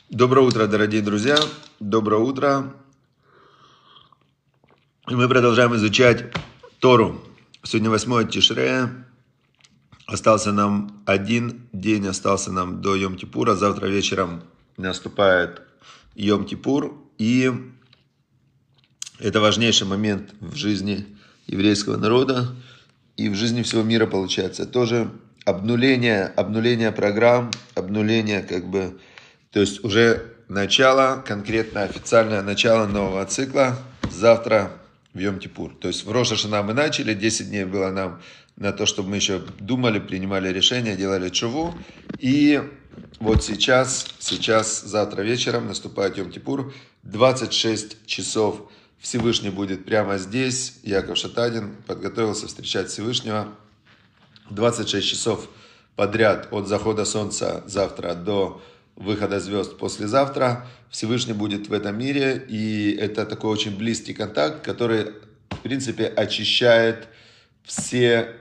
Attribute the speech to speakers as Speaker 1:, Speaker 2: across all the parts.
Speaker 1: Доброе утро, дорогие друзья. Доброе утро. И мы продолжаем изучать Тору. Сегодня 8 Тишрея. Остался нам один день, остался нам до Йом-Кипура. Завтра вечером наступает Йом-Кипур. И это важнейший момент в жизни еврейского народа и в жизни всего мира, получается. Тоже обнуление программ, обнуление то есть уже начало, конкретно официальное начало нового цикла завтра в Йом-Кипур. То есть в Рош ха-Шана мы начали, 10 дней было нам на то, чтобы мы еще думали, принимали решения, делали тшуву. И вот сейчас, завтра вечером наступает Йом-Кипур, 26 часов Всевышний будет прямо здесь. Яков Шатадин подготовился встречать Всевышнего. 26 часов подряд от захода солнца завтра до выхода звезд послезавтра. Всевышний будет в этом мире. И это такой очень близкий контакт, который, в принципе, очищает все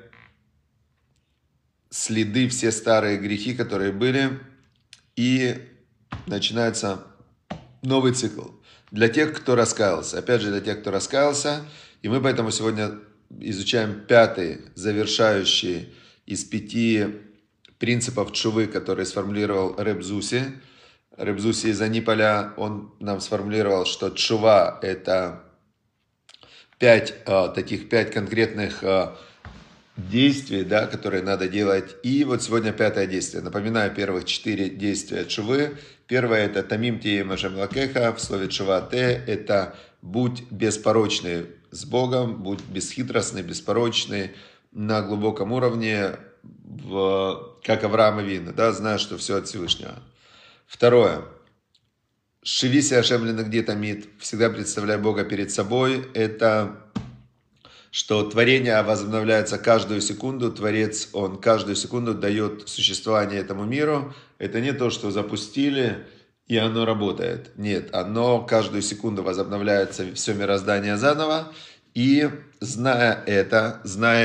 Speaker 1: следы, все старые грехи, которые были. И начинается новый цикл. Для тех, кто раскаялся. Опять же, для тех, кто раскаялся. И мы поэтому сегодня изучаем 5-й, завершающий из 5 принципов тшувы, которые сформулировал Реб Зуси. Реб Зуси из Аниполя, он нам сформулировал, что тшува — это 5 конкретных действий, да, которые надо делать. И вот сегодня 5-е действие. Напоминаю, первых 4 действия тшувы. Первое — это тамим тием ашем лакеха, в слове тшува те, это будь беспорочный с Богом, будь бесхитростный, беспорочный на глубоком уровне, как Авраам Авину, да, зная, что все от Всевышнего. Второе. Шивиси ашем ленагди тамид, всегда представляй Бога перед собой. Это что творение возобновляется каждую секунду, Творец, он каждую секунду дает существование этому миру. Это не то, что запустили, и оно работает. Нет, оно каждую секунду возобновляется, все мироздание заново. И зная это,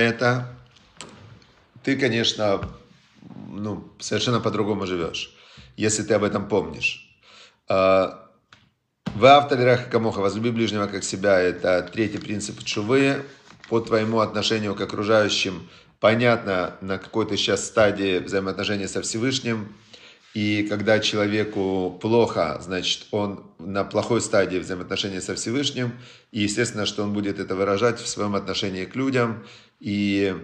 Speaker 1: ты, конечно, совершенно по-другому живешь, если ты об этом помнишь. Ваавта лираха камоха, возлюби ближнего как себя, это 3-й принцип тшувы. По твоему отношению к окружающим понятно, на какой ты сейчас стадии взаимоотношений со Всевышним. И когда человеку плохо, значит, он на плохой стадии взаимоотношений со Всевышним. И естественно, что он будет это выражать в своем отношении к людям. И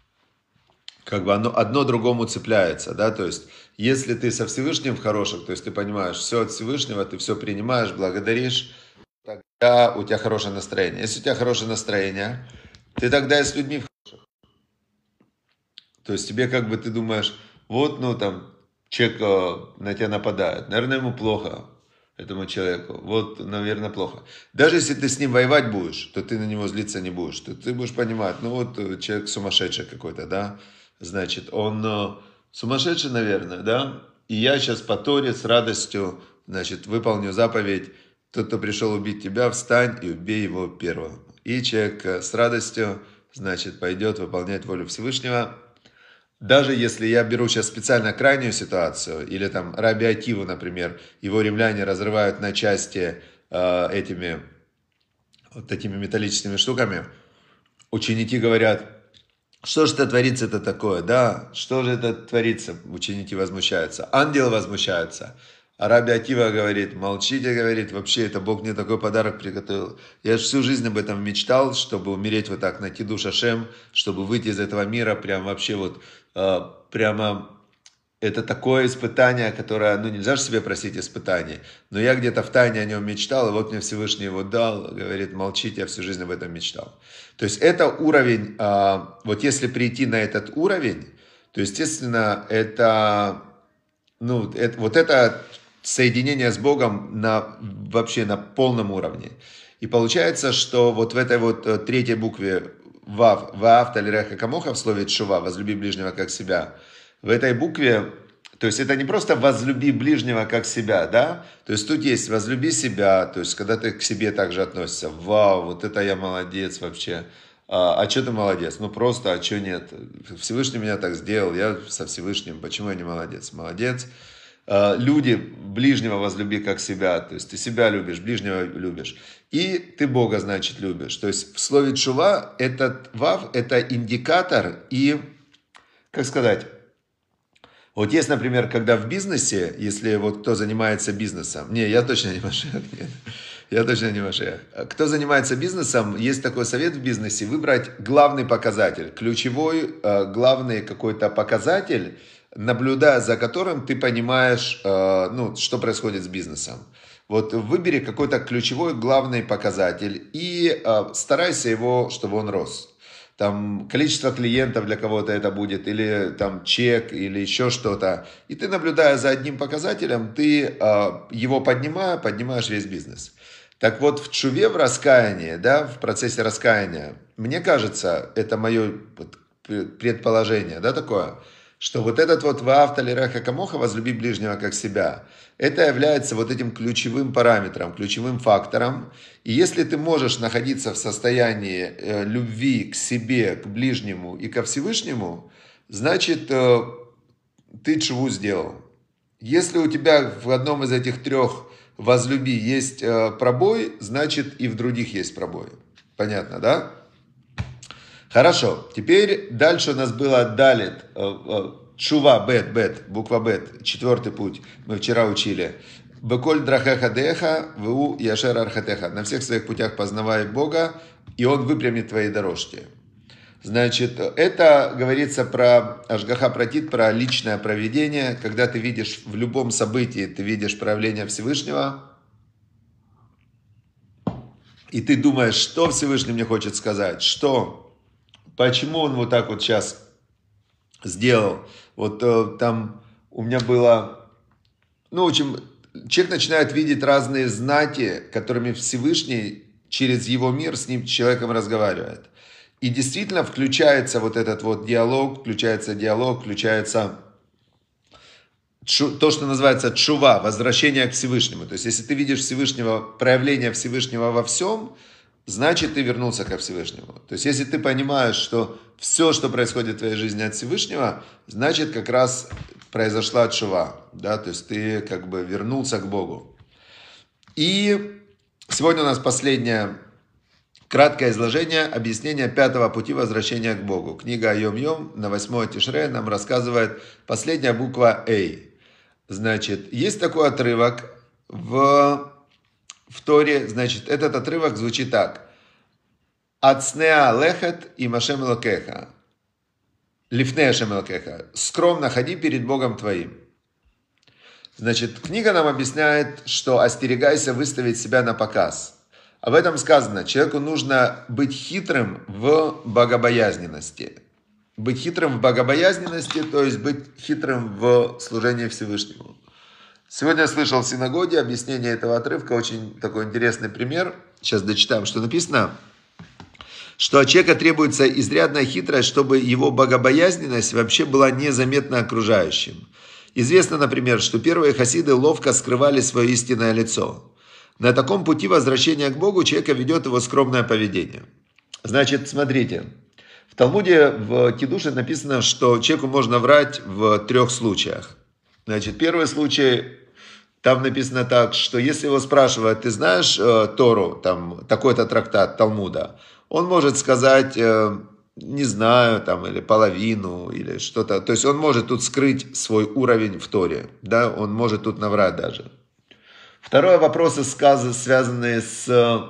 Speaker 1: одно другому цепляется, да, то есть, если ты со Всевышним в хороших, то есть ты понимаешь, все от Всевышнего, ты все принимаешь, благодаришь, тогда у тебя хорошее настроение. Если у тебя хорошее настроение, ты тогда и с людьми в хороших. То есть тебе ты думаешь, вот, человек на тебя нападает, наверное, ему плохо, этому человеку, вот, наверное, плохо. Даже если ты с ним воевать будешь, то ты на него злиться не будешь, ты будешь понимать, человек сумасшедший какой-то, да, значит, он сумасшедший, наверное, да, и я сейчас по Торе с радостью, значит, выполню заповедь, тот, кто пришел убить тебя, встань и убей его первым. И человек с радостью, значит, пойдет выполнять волю Всевышнего. Даже если я беру сейчас специально крайнюю ситуацию, или там Раби Акиву, например, его римляне разрывают на части этими вот такими металлическими штуками, ученики говорят, что же это творится-то такое, да, что же это творится, ученики возмущаются, ангелы возмущаются. А Раби Акива говорит, молчите, говорит, вообще это Бог мне такой подарок приготовил. Я же всю жизнь об этом мечтал, чтобы умереть вот так на кидуш Ашем, чтобы выйти из этого мира, прям вообще прямо это такое испытание, которое, нельзя же себе просить испытаний. Но я где-то в тайне о нем мечтал, и вот мне Всевышний его дал, говорит, молчите, я всю жизнь об этом мечтал. То есть это уровень, вот если прийти на этот уровень, то, естественно, это соединение с Богом вообще на полном уровне. И получается, что вот в этой вот 3-й букве Вав, Ваавта лиреха камоха в слове тшува, возлюби ближнего как себя, в этой букве, то есть это не просто возлюби ближнего как себя, да, то есть тут есть возлюби себя, то есть когда ты к себе также относишься, вау, вот это я молодец вообще, а что ты молодец? Просто, а что нет? Всевышний меня так сделал, я со Всевышним, почему я не молодец? Молодец. люди, ближнего возлюби как себя, то есть ты себя любишь, ближнего любишь, и ты Бога, значит, любишь. То есть в слове чува этот вав, это индикатор и, как сказать, вот есть, например, когда в бизнесе, если вот кто занимается бизнесом, не, я точно не Машиах, нет, я точно не Машиах. Кто занимается бизнесом, есть такой совет в бизнесе, выбрать главный показатель, ключевой, главный какой-то показатель, наблюдая за которым ты понимаешь, ну, что происходит с бизнесом. Вот выбери какой-то ключевой главный показатель и старайся его, чтобы он рос. Там количество клиентов для кого-то это будет, или там чек, или еще что-то. И ты, наблюдая за одним показателем, ты его поднимаешь весь бизнес. Так вот, в чуве, в раскаянии, да, в процессе раскаяния, мне кажется, это мое предположение, да, такое, что вот этот вот «Ваавта лиреха камоха» возлюби ближнего как себя, это является вот этим ключевым параметром, ключевым фактором. И если ты можешь находиться в состоянии любви к себе, к ближнему и ко Всевышнему, значит, ты чуву сделал. Если у тебя в одном из этих трех возлюби есть пробой, значит и в других есть пробой. Понятно, да? Хорошо, теперь дальше у нас было далит, чува, бет, буква бет, четвертый путь, мы вчера учили. Беколь драхеха деха, ву яшер архатеха. На всех своих путях познавай Бога, и Он выпрямит твои дорожки. Значит, это говорится про ашгаха пратит, про личное провидение, когда ты видишь в любом событии, ты видишь проявление Всевышнего, и ты думаешь, что Всевышний мне хочет сказать, что... Почему он вот так вот сейчас сделал? Вот там у меня было... Ну, в общем, человек начинает видеть разные знаки, которыми Всевышний через его мир с ним, человеком разговаривает. И действительно включается вот этот вот диалог, включается то, что называется чува, возвращение к Всевышнему. То есть, если ты видишь Всевышнего, проявление Всевышнего во всем, значит, ты вернулся ко Всевышнему. То есть, если ты понимаешь, что все, что происходит в твоей жизни от Всевышнего, значит, как раз произошла чува. Да? То есть, ты как бы вернулся к Богу. И сегодня у нас последнее краткое изложение, объяснение пятого пути возвращения к Богу. Книга Йом-Йом на 8 Тишре нам рассказывает последняя буква «Эй». Значит, есть такой отрывок в Торе, значит, этот отрывок звучит так. Ацнеа лехет и машем локеха. Лифне ашем локеха. Скромно ходи перед Богом твоим. Значит, книга нам объясняет, что остерегайся выставить себя на показ. Об этом сказано, человеку нужно быть хитрым в богобоязненности. Быть хитрым в богобоязненности, то есть быть хитрым в служении Всевышнему. Сегодня я слышал в синагоге объяснение этого отрывка, очень такой интересный пример. Сейчас дочитаем, что написано. Что от человека требуется изрядная хитрость, чтобы его богобоязненность вообще была незаметна окружающим. Известно, например, что первые хасиды ловко скрывали свое истинное лицо. На таком пути возвращения к Богу человека ведет его скромное поведение. Значит, смотрите, в Талмуде в Кидуше написано, что человеку можно врать в 3 случаях. Значит, первый случай, там написано так, что если его спрашивают, ты знаешь Тору, там такой-то трактат Талмуда, он может сказать, не знаю, там, или половину, или что-то. То есть он может тут скрыть свой уровень в Торе, да, он может тут наврать даже. Второй вопрос, связанный с,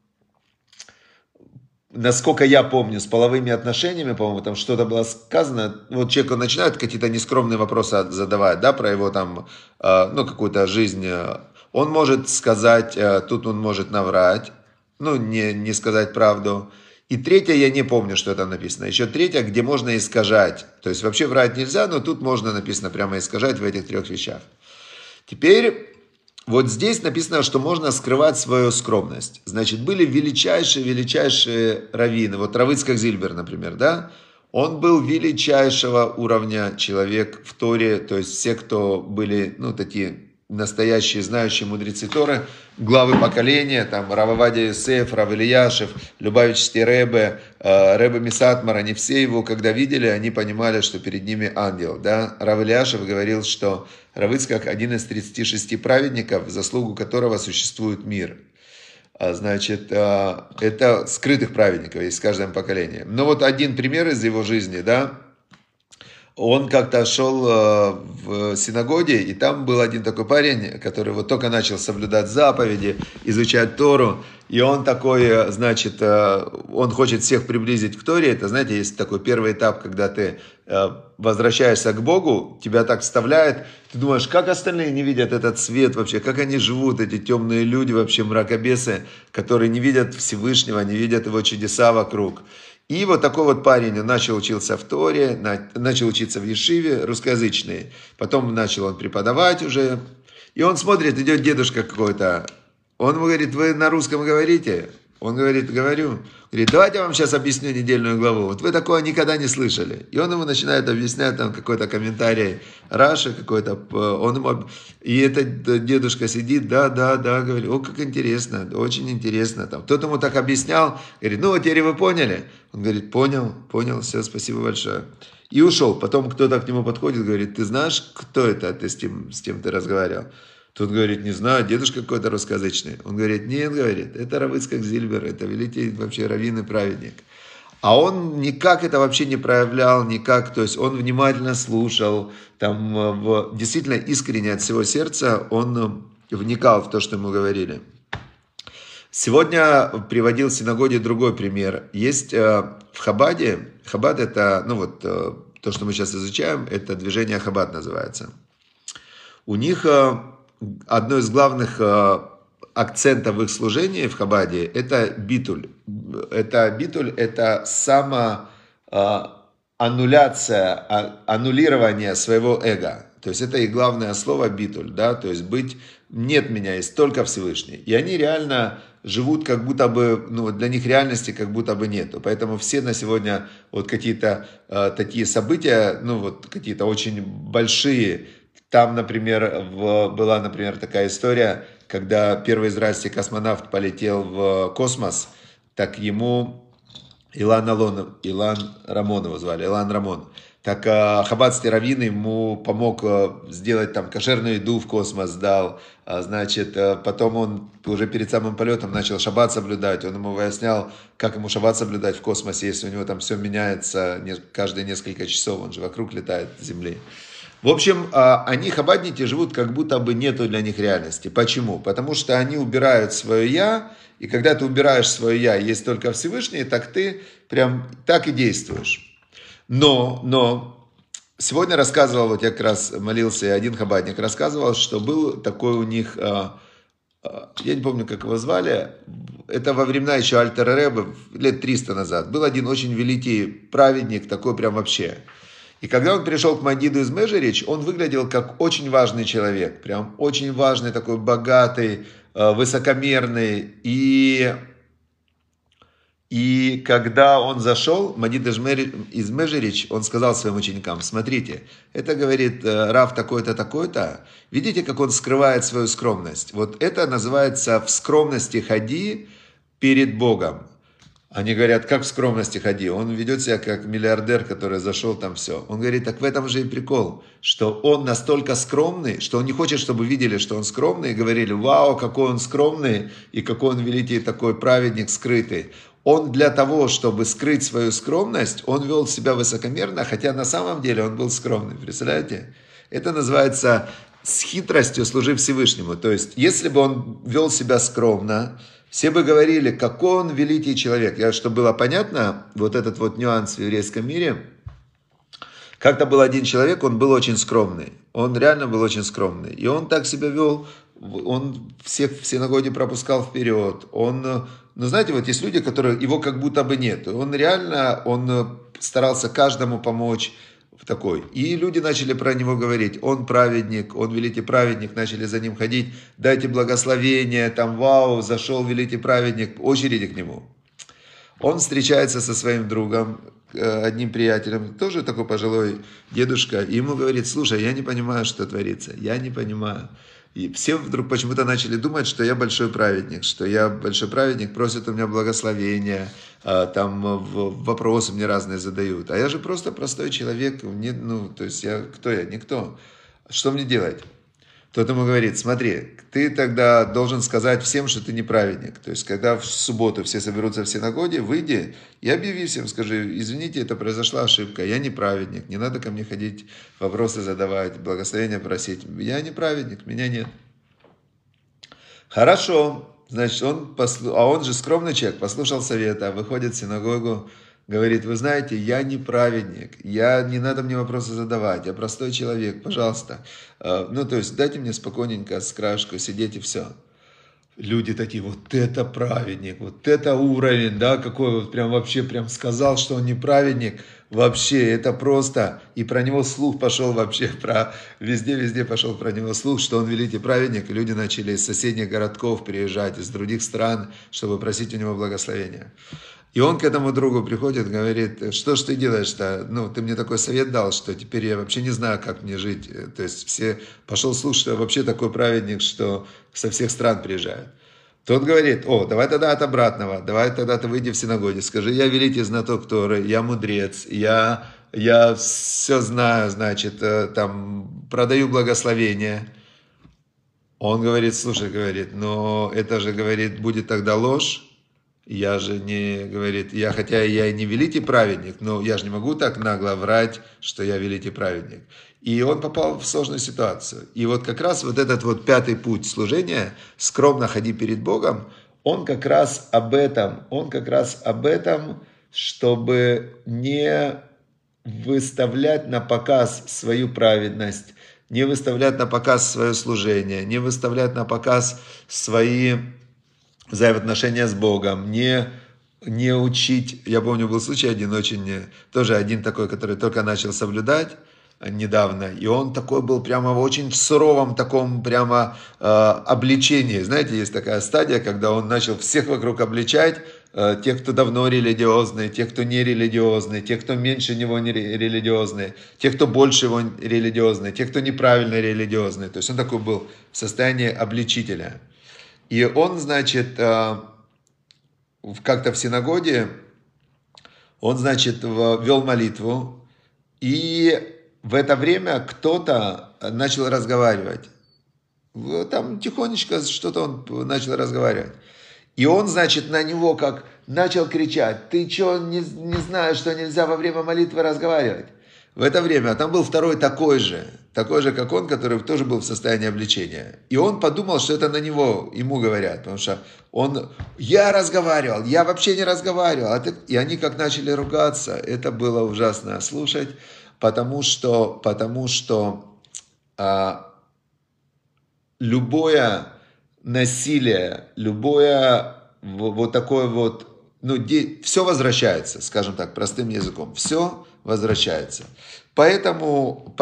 Speaker 1: насколько я помню, с половыми отношениями, по-моему, там что-то было сказано. Вот человеку начинают какие-то нескромные вопросы задавать, да, про его там, ну, какую-то жизнь. Он может сказать, тут он может наврать, ну, не сказать правду. И третье, я не помню, что там написано. Еще третье, где можно искажать. То есть вообще врать нельзя, но тут можно написано прямо искажать в этих 3 вещах. Теперь... Вот здесь написано, что можно скрывать свою скромность. Значит, были величайшие раввины. Вот Рав Ицхак Зильбер, например, да? Он был величайшего уровня человек в Торе. То есть все, кто были, ну, такие настоящие знающие мудрецы Торы, главы поколения, там Рав Овадия Йосеф, Рав Ильяшев, Любавичский Ребе, Ребе Мисатмар, они все его, когда видели, они понимали, что перед ними ангел. Да? Рав Ильяшев говорил, что Рав Ицхак один из 36 праведников, в заслугу которого существует мир. Значит, это скрытых праведников есть в каждом поколении. Но вот один пример из его жизни, да, он как-то шел в синагоге, и там был один такой парень, который вот только начал соблюдать заповеди, изучать Тору, и он такой, значит, он хочет всех приблизить к Торе. Это, знаете, есть такой первый этап, когда ты возвращаешься к Богу, тебя так вставляет, ты думаешь, как остальные не видят этот свет вообще, как они живут, эти темные люди вообще, мракобесы, которые не видят Всевышнего, не видят его чудеса вокруг. И вот такой вот парень, он начал учиться в Торе, начал учиться в Ешиве, русскоязычный. Потом начал он преподавать уже. И он смотрит, идет дедушка какой-то. Он ему говорит, вы на русском говорите? Он говорит, говорю. Говорит, давайте я вам сейчас объясню недельную главу. Вот вы такого никогда не слышали. И он ему начинает объяснять там какой-то комментарий Раши какой-то. Он ему... И этот дедушка сидит, да, говорит, о, как интересно, очень интересно. Там. Кто-то ему так объяснял, говорит, ну вот теперь вы поняли? Он говорит, понял, все, спасибо большое. И ушел. Потом кто-то к нему подходит, говорит, ты знаешь, кто это, ты с кем ты разговаривал? Тут говорит, не знаю, дедушка какой-то русскоязычный. Он говорит, нет, говорит, это Рав Ицхак Зильбер, это великий вообще раввин и праведник. А он никак это вообще не проявлял, никак, то есть он внимательно слушал, там действительно искренне от всего сердца он вникал в то, что ему говорили. Сегодня приводил в синагоге другой пример. Есть в Хабаде, Хабад это, ну вот то, что мы сейчас изучаем, это движение Хабад называется. У них одно из главных акцентов в их служении в Хабаде – это битуль. Это самоаннуляция, аннулирование своего эго. То есть это их главное слово битуль, да, то есть быть, нет меня, есть только Всевышний. И они реально живут как будто бы, ну, для них реальности как будто бы нету. Поэтому все на сегодня вот какие-то такие события, ну вот какие-то очень большие. Там, например, была, например, такая история, когда первый израильский космонавт полетел в космос, так ему Илан Рамон его звали, Илан Рамон. Так хаббатский раввин ему помог сделать там кошерную еду в космос, дал. Значит, потом он уже перед самым полетом начал шаббат соблюдать. Он ему выяснял, как ему шаббат соблюдать в космосе, если у него там все меняется каждые несколько часов, он же вокруг летает Земли. В общем, они, хаббатники, живут, как будто бы нету для них реальности. Почему? Потому что они убирают свое «я», и когда ты убираешь свое «я», есть только Всевышний, так ты прям так и действуешь. Но сегодня рассказывал, вот я как раз молился, и один хаббатник рассказывал, что был такой у них, я не помню, как его звали, это во времена еще Альтера Ребе, лет 300 назад, был один очень великий праведник, такой прям вообще. И когда он пришел к Магдиду из Межерич, он выглядел как очень важный человек, прям очень важный, такой богатый, высокомерный. И когда он зашел, Магдид из Межерич, он сказал своим ученикам, смотрите, это, говорит, Рав такой-то, такой-то, видите, как он скрывает свою скромность. Вот это называется в скромности ходи перед Богом. Они говорят, как в скромности ходи. Он ведет себя как миллиардер, который зашел там все. Он говорит, так в этом же и прикол, что он настолько скромный, что он не хочет, чтобы видели, что он скромный, и говорили, вау, какой он скромный, и какой он великий такой праведник скрытый. Он для того, чтобы скрыть свою скромность, он вел себя высокомерно, хотя на самом деле он был скромный. Представляете? Это называется с хитростью служи Всевышнему. То есть, если бы он вел себя скромно, все бы говорили, какой он великий человек. Чтобы было понятно, вот этот вот нюанс в еврейском мире. Как-то был один человек, он был очень скромный. Он реально был очень скромный. И он так себя вел, он всех в синагоге пропускал вперед. Ну знаете, вот есть люди, которые его как будто бы нет. Он реально, он старался каждому помочь. Такой. И люди начали про него говорить, он праведник, он великий праведник, начали за ним ходить, дайте благословение, там вау, зашел великий праведник, очереди к нему. Он встречается со своим другом, одним приятелем, тоже такой пожилой дедушка, и ему говорит, слушай, я не понимаю, что творится, я не понимаю. И все вдруг почему-то начали думать, что я большой праведник, что я большой праведник, просят у меня благословения, там вопросы мне разные задают. А я же просто простой человек, мне, ну, то есть кто я? Никто. Что мне делать? Тот ему говорит, смотри, ты тогда должен сказать всем, что ты не праведник. То есть, когда в субботу все соберутся в синагоге, выйди и объяви всем, скажи, извините, это произошла ошибка, я не праведник, не надо ко мне ходить, вопросы задавать, благословения просить. Я не праведник, меня нет. Хорошо, значит, он же скромный человек, послушал совета, выходит в синагогу, говорит, вы знаете, я не праведник, не надо мне вопросы задавать, я простой человек, пожалуйста. Ну, то есть, дайте мне спокойненько с краешку сидеть и все. Люди такие, вот это праведник, вот это уровень, да, какой вот прям вообще прям сказал, что он не праведник. Вообще, это просто, и про него слух пошел вообще, везде пошел про него слух, что он великий праведник, и люди начали из соседних городков приезжать, из других стран, чтобы просить у него благословения. И он к этому другу приходит, говорит, что ж ты делаешь-то, ну, ты мне такой совет дал, что теперь я вообще не знаю, как мне жить. То есть пошел слух, что я вообще такой праведник, что со всех стран приезжают. Тот говорит, давай тогда от обратного, давай тогда ты выйди в синагоге, скажи, я великий знаток Торы, я мудрец, я все знаю, значит, там, продаю благословение. Он говорит, слушай, говорит, но это же, говорит, будет тогда ложь. Я же не, говорит, хотя я и не великий праведник, но я же не могу так нагло врать, что я великий праведник. И он попал в сложную ситуацию. И вот как раз вот этот вот пятый путь служения, скромно ходи перед Богом, он как раз об этом, чтобы не выставлять на показ свою праведность, не выставлять на показ свое служение, не выставлять на показ свои взаимоотношения с Богом, не учить. Я помню, был случай тоже один такой, который только начал соблюдать недавно, и он такой был прямо очень в суровом таком прямо обличении. Знаете, есть такая стадия, когда он начал всех вокруг обличать, тех, кто давно религиозный, тех, кто не религиозный, тех, кто меньше него не религиозный, тех, кто больше его религиозный, тех, кто неправильно религиозный. То есть он такой был в состоянии обличителя. И он, значит, как-то в синагоге, он, значит, вел молитву, и в это время кто-то начал разговаривать. Там тихонечко что-то он начал разговаривать. И он, значит, на него как начал кричать, ты что, не знаешь, что нельзя во время молитвы разговаривать? В это время там был второй такой же, как он, который тоже был в состоянии обличения. И он подумал, что это ему говорят, потому что я разговаривал, я вообще не разговаривал. И они как начали ругаться, это было ужасно слушать, потому что любое насилие, любое вот такое вот, все возвращается, скажем так, простым языком, все возвращается. Поэтому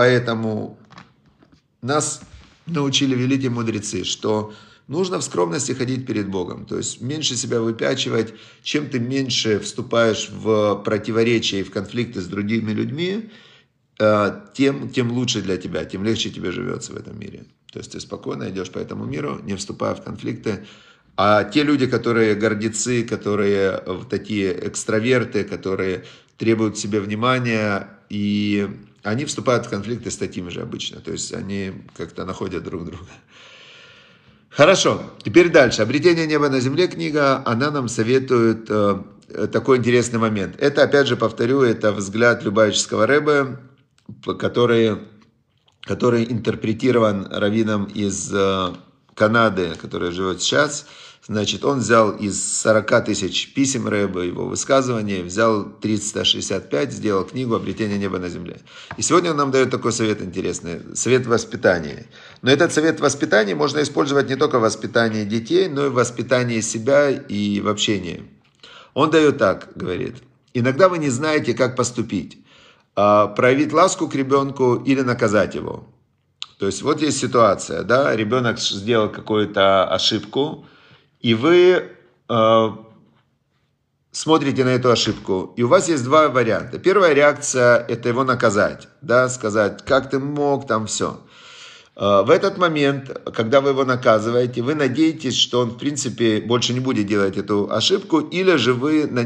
Speaker 1: нас научили великие мудрецы, что нужно в скромности ходить перед Богом, то есть меньше себя выпячивать, чем ты меньше вступаешь в противоречия и в конфликты с другими людьми, тем лучше для тебя, тем легче тебе живется в этом мире. То есть ты спокойно идешь по этому миру, не вступая в конфликты. А те люди, которые гордецы, которые такие экстраверты, которые требуют себе внимания, и они вступают в конфликты с такими же обычно. То есть они как-то находят друг друга. Хорошо, теперь дальше. «Обретение неба на земле» книга, она нам советует такой интересный момент. Это, опять же, повторю, это взгляд Любавического Ребе, который интерпретирован раввином из Канады, который живет сейчас. Значит, он взял из 40 тысяч писем Ребе, его высказываний, взял 365, сделал книгу «Обретение неба на земле». И сегодня он нам дает такой совет интересный, совет воспитания. Но этот совет воспитания можно использовать не только в воспитании детей, но и в воспитании себя и в общении. Он дает так, говорит, иногда вы не знаете, как поступить. Проявить ласку к ребенку или наказать его. То есть вот есть ситуация, да, ребенок сделал какую-то ошибку, и вы смотрите на эту ошибку, и у вас есть два варианта. Первая реакция – это его наказать, да, сказать, как ты мог, там все. В этот момент, когда вы его наказываете, вы надеетесь, что он, в принципе, больше не будет делать эту ошибку, или же вы на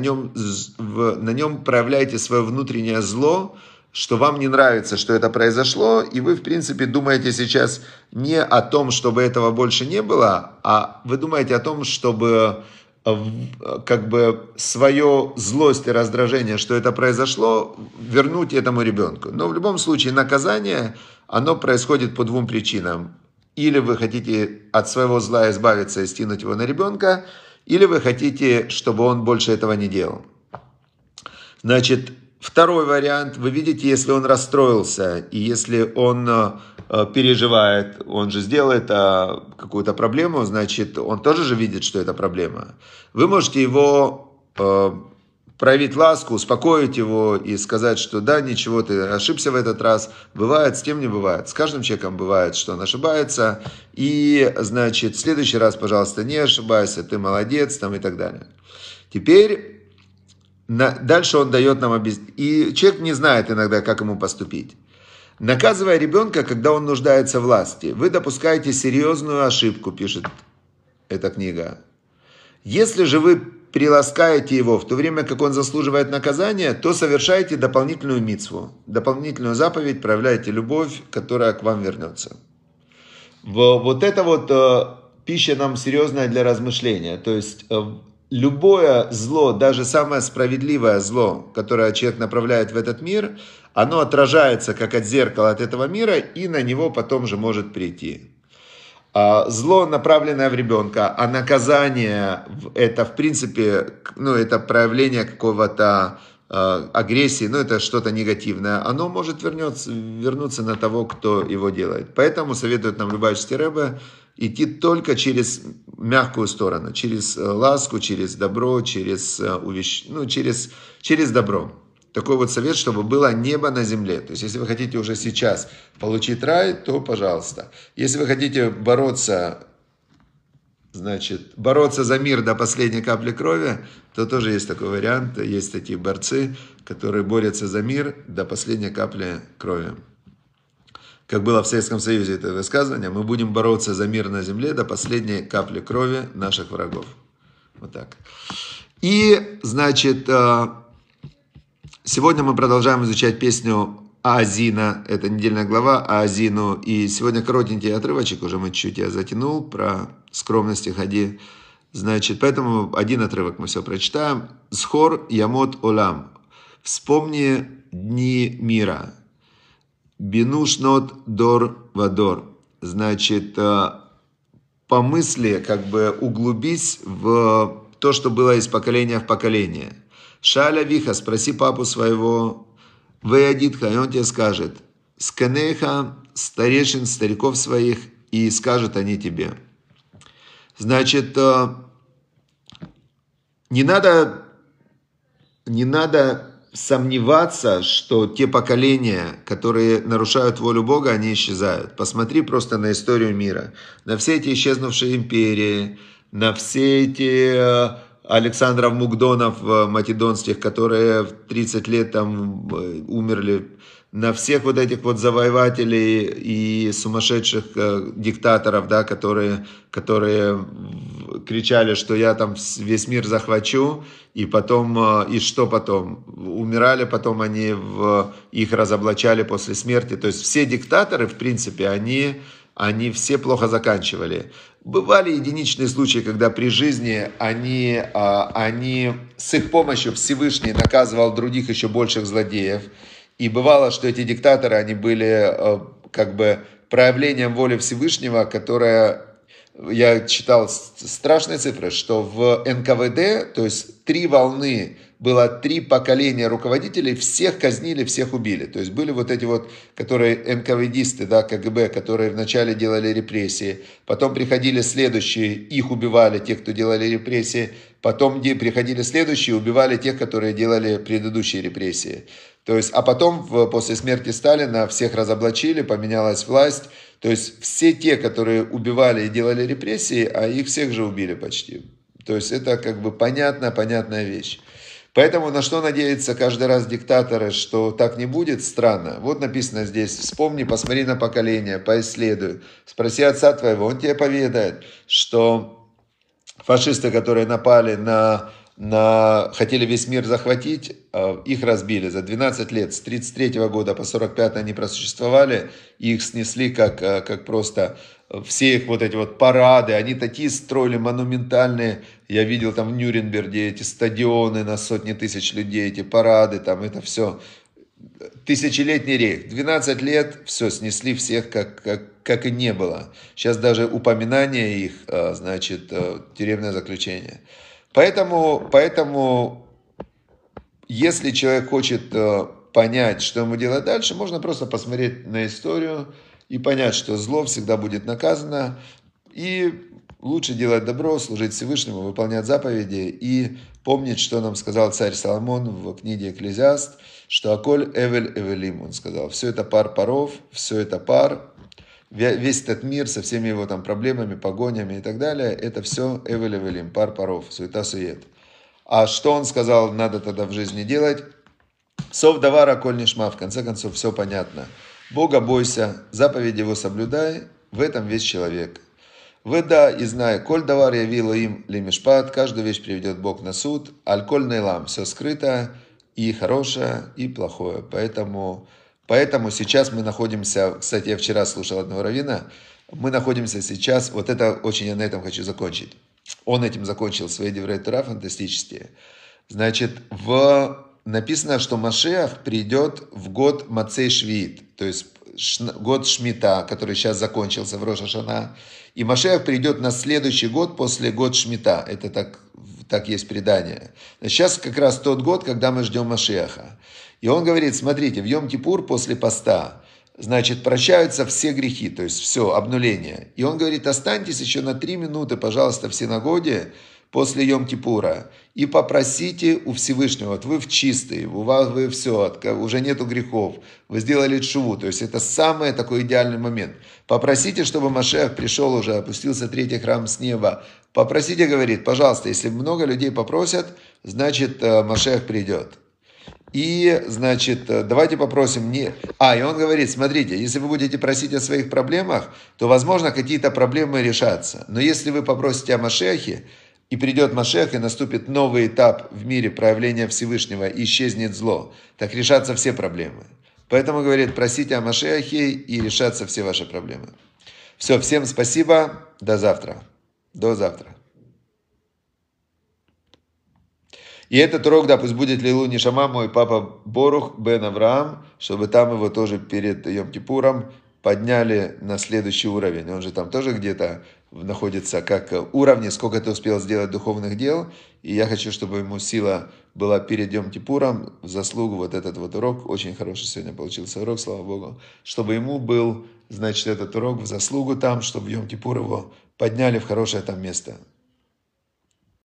Speaker 1: нем проявляете свое внутреннее зло, что вам не нравится, что это произошло, и вы, в принципе, думаете сейчас не о том, чтобы этого больше не было, а вы думаете о том, чтобы как бы свою злость и раздражение, что это произошло, вернуть этому ребенку. Но в любом случае наказание, оно происходит по двум причинам. Или вы хотите от своего зла избавиться и стянуть его на ребенка, или вы хотите, чтобы он больше этого не делал. Значит, второй вариант, вы видите, если он расстроился, и если он переживает, он же сделает какую-то проблему, значит, он тоже же видит, что это проблема. Вы можете его проявить ласку, успокоить его и сказать, что да, ничего, ты ошибся в этот раз. Бывает, с тем не бывает. С каждым человеком бывает, что он ошибается. И, значит, в следующий раз, пожалуйста, не ошибайся, ты молодец, там и так далее. Теперь дальше он дает нам объяснение. И человек не знает иногда, как ему поступить. Наказывая ребенка, когда он нуждается в власти, вы допускаете серьезную ошибку, пишет эта книга. Если же вы приласкаете его в то время, как он заслуживает наказания, то совершаете дополнительную мицву, дополнительную заповедь, проявляете любовь, которая к вам вернется. Вот это вот пища нам серьезная для размышления. То есть любое зло, даже самое справедливое зло, которое человек направляет в этот мир, оно отражается как от зеркала от этого мира и на него потом же может прийти. Зло, направленное в ребенка, а наказание, это в принципе, это проявление какого-то агрессии, это что-то негативное, оно может вернуться на того, кто его делает. Поэтому советует нам Любавичский Ребе идти только через мягкую сторону, через ласку, через добро, через добро. Такой вот совет, чтобы было небо на земле. То есть, если вы хотите уже сейчас получить рай, то пожалуйста. Если вы хотите бороться за мир до последней капли крови, то тоже есть такой вариант. Есть такие борцы, которые борются за мир до последней капли крови. Как было в Советском Союзе это высказывание, мы будем бороться за мир на земле до последней капли крови наших врагов. Вот так. И, значит, сегодня мы продолжаем изучать песню Аазина, это недельная глава Аазину, и сегодня коротенький отрывочек, уже мы чуть-чуть я затянул, про скромность и ходи. Значит, поэтому один отрывок мы все прочитаем. Схор Ямот Олам. Вспомни дни мира. Бинушнот Дор Вадор. Значит, помысли, углубись в то, что было из поколения в поколение. Шаля Виха, спроси папу своего, Веядитха, и он тебе скажет, Сканеха, старейшин, стариков своих, и скажут они тебе. Значит, не надо сомневаться, что те поколения, которые нарушают волю Бога, они исчезают. Посмотри просто на историю мира, на все эти исчезнувшие империи, на все эти Александров Мукдонов македонских, которые в 30 лет там умерли, на всех вот этих вот завоевателей и сумасшедших диктаторов, да, которые кричали, что я там весь мир захвачу, и потом, и что потом? Умирали, потом их разоблачали после смерти. То есть все диктаторы, в принципе, они все плохо заканчивали. Бывали единичные случаи, когда при жизни они с их помощью Всевышний наказывал других еще больших злодеев. И бывало, что эти диктаторы, они были проявлением воли Всевышнего, которая, я читал страшные цифры, что в НКВД, то есть 3 волны, было 3 поколения руководителей, всех казнили, всех убили. То есть были вот эти вот, которые НКВДисты, да, КГБ, которые вначале делали репрессии, потом приходили следующие, их убивали, те, кто делали репрессии, потом приходили следующие, убивали тех, которые делали предыдущие репрессии. То есть, а потом, после смерти Сталина, всех разоблачили, поменялась власть. То есть, все те, которые убивали и делали репрессии, а их всех же убили почти. То есть, это понятная вещь. Поэтому на что надеются каждый раз диктаторы, что так не будет, странно. Вот написано здесь: вспомни, посмотри на поколение, поисследуй, спроси отца твоего, он тебе поведает, что фашисты, которые напали хотели весь мир захватить, их разбили за 12 лет, с 1933 года по 1945 они просуществовали, и их снесли как просто все их вот эти вот парады, они такие строили монументальные, я видел там в Нюрнберге эти стадионы на сотни тысяч людей, эти парады, там это все, тысячелетний рейх, 12 лет, все, снесли всех, как и не было. Сейчас даже упоминание их, значит, тюремное заключение. Поэтому, если человек хочет понять, что ему делать дальше, можно просто посмотреть на историю и понять, что зло всегда будет наказано, и лучше делать добро, служить Всевышнему, выполнять заповеди и помнить, что нам сказал царь Соломон в книге «Экклезиаст», что «Аколь эвель эвелим», он сказал, все это пар паров, все это пар, весь этот мир со всеми его там проблемами, погонями и так далее, это все эвель эвелим, пар паров, суета-сует. А что он сказал, надо тогда в жизни делать? Сов давара коль нишма, в конце концов, все понятно. Бога бойся, заповеди его соблюдай, в этом весь человек. Веда и знай, коль давар явила им лимишпат, каждую вещь приведет Бог на суд, аль коль нейлам, все скрыто, и хорошее, и плохое. Поэтому сейчас мы находимся, кстати, я вчера слушал одного раввина, мы находимся сейчас, вот это очень я на этом хочу закончить. Он этим закончил свои Деврей Тора фантастические. Значит, написано, что Машиах придет в год Мацей Швиит, то есть год Шмита, который сейчас закончился в Рош ха-Шана. И Машиах придет на следующий год после года Шмита. Это так есть предание. Сейчас как раз тот год, когда мы ждем Машиаха. И он говорит, смотрите, в Йом-Кипур после поста, значит, прощаются все грехи, то есть все, обнуление. И он говорит, останьтесь еще на 3 минуты, пожалуйста, в синагоге после Йом-Кипура и попросите у Всевышнего, вот вы в чистый, у вас вы все, уже нету грехов, вы сделали тшуву, то есть это самый такой идеальный момент. Попросите, чтобы Машиах пришел уже, опустился третий храм с неба. Попросите, говорит, пожалуйста, если много людей попросят, значит Машиах придет. И, значит, давайте попросим и он говорит, смотрите, если вы будете просить о своих проблемах, то, возможно, какие-то проблемы решатся. Но если вы попросите о Машиахе, и придет Машиах, и наступит новый этап в мире проявления Всевышнего, и исчезнет зло, так решатся все проблемы. Поэтому, говорит, просите о Машиахе, и решатся все ваши проблемы. Все, всем спасибо, до завтра. До завтра. И этот урок, да, пусть будет Лейлу Нишама, мой папа Борух бен Авраам, чтобы там его тоже перед Йом-Кипуром подняли на следующий уровень. Он же там тоже где-то находится как уровни, сколько ты успел сделать духовных дел. И я хочу, чтобы ему сила была перед Йом-Кипуром в заслугу вот этот вот урок. Очень хороший сегодня получился урок, слава Богу. Чтобы ему был, значит, этот урок в заслугу там, чтобы в Йом-Кипур его подняли в хорошее там место.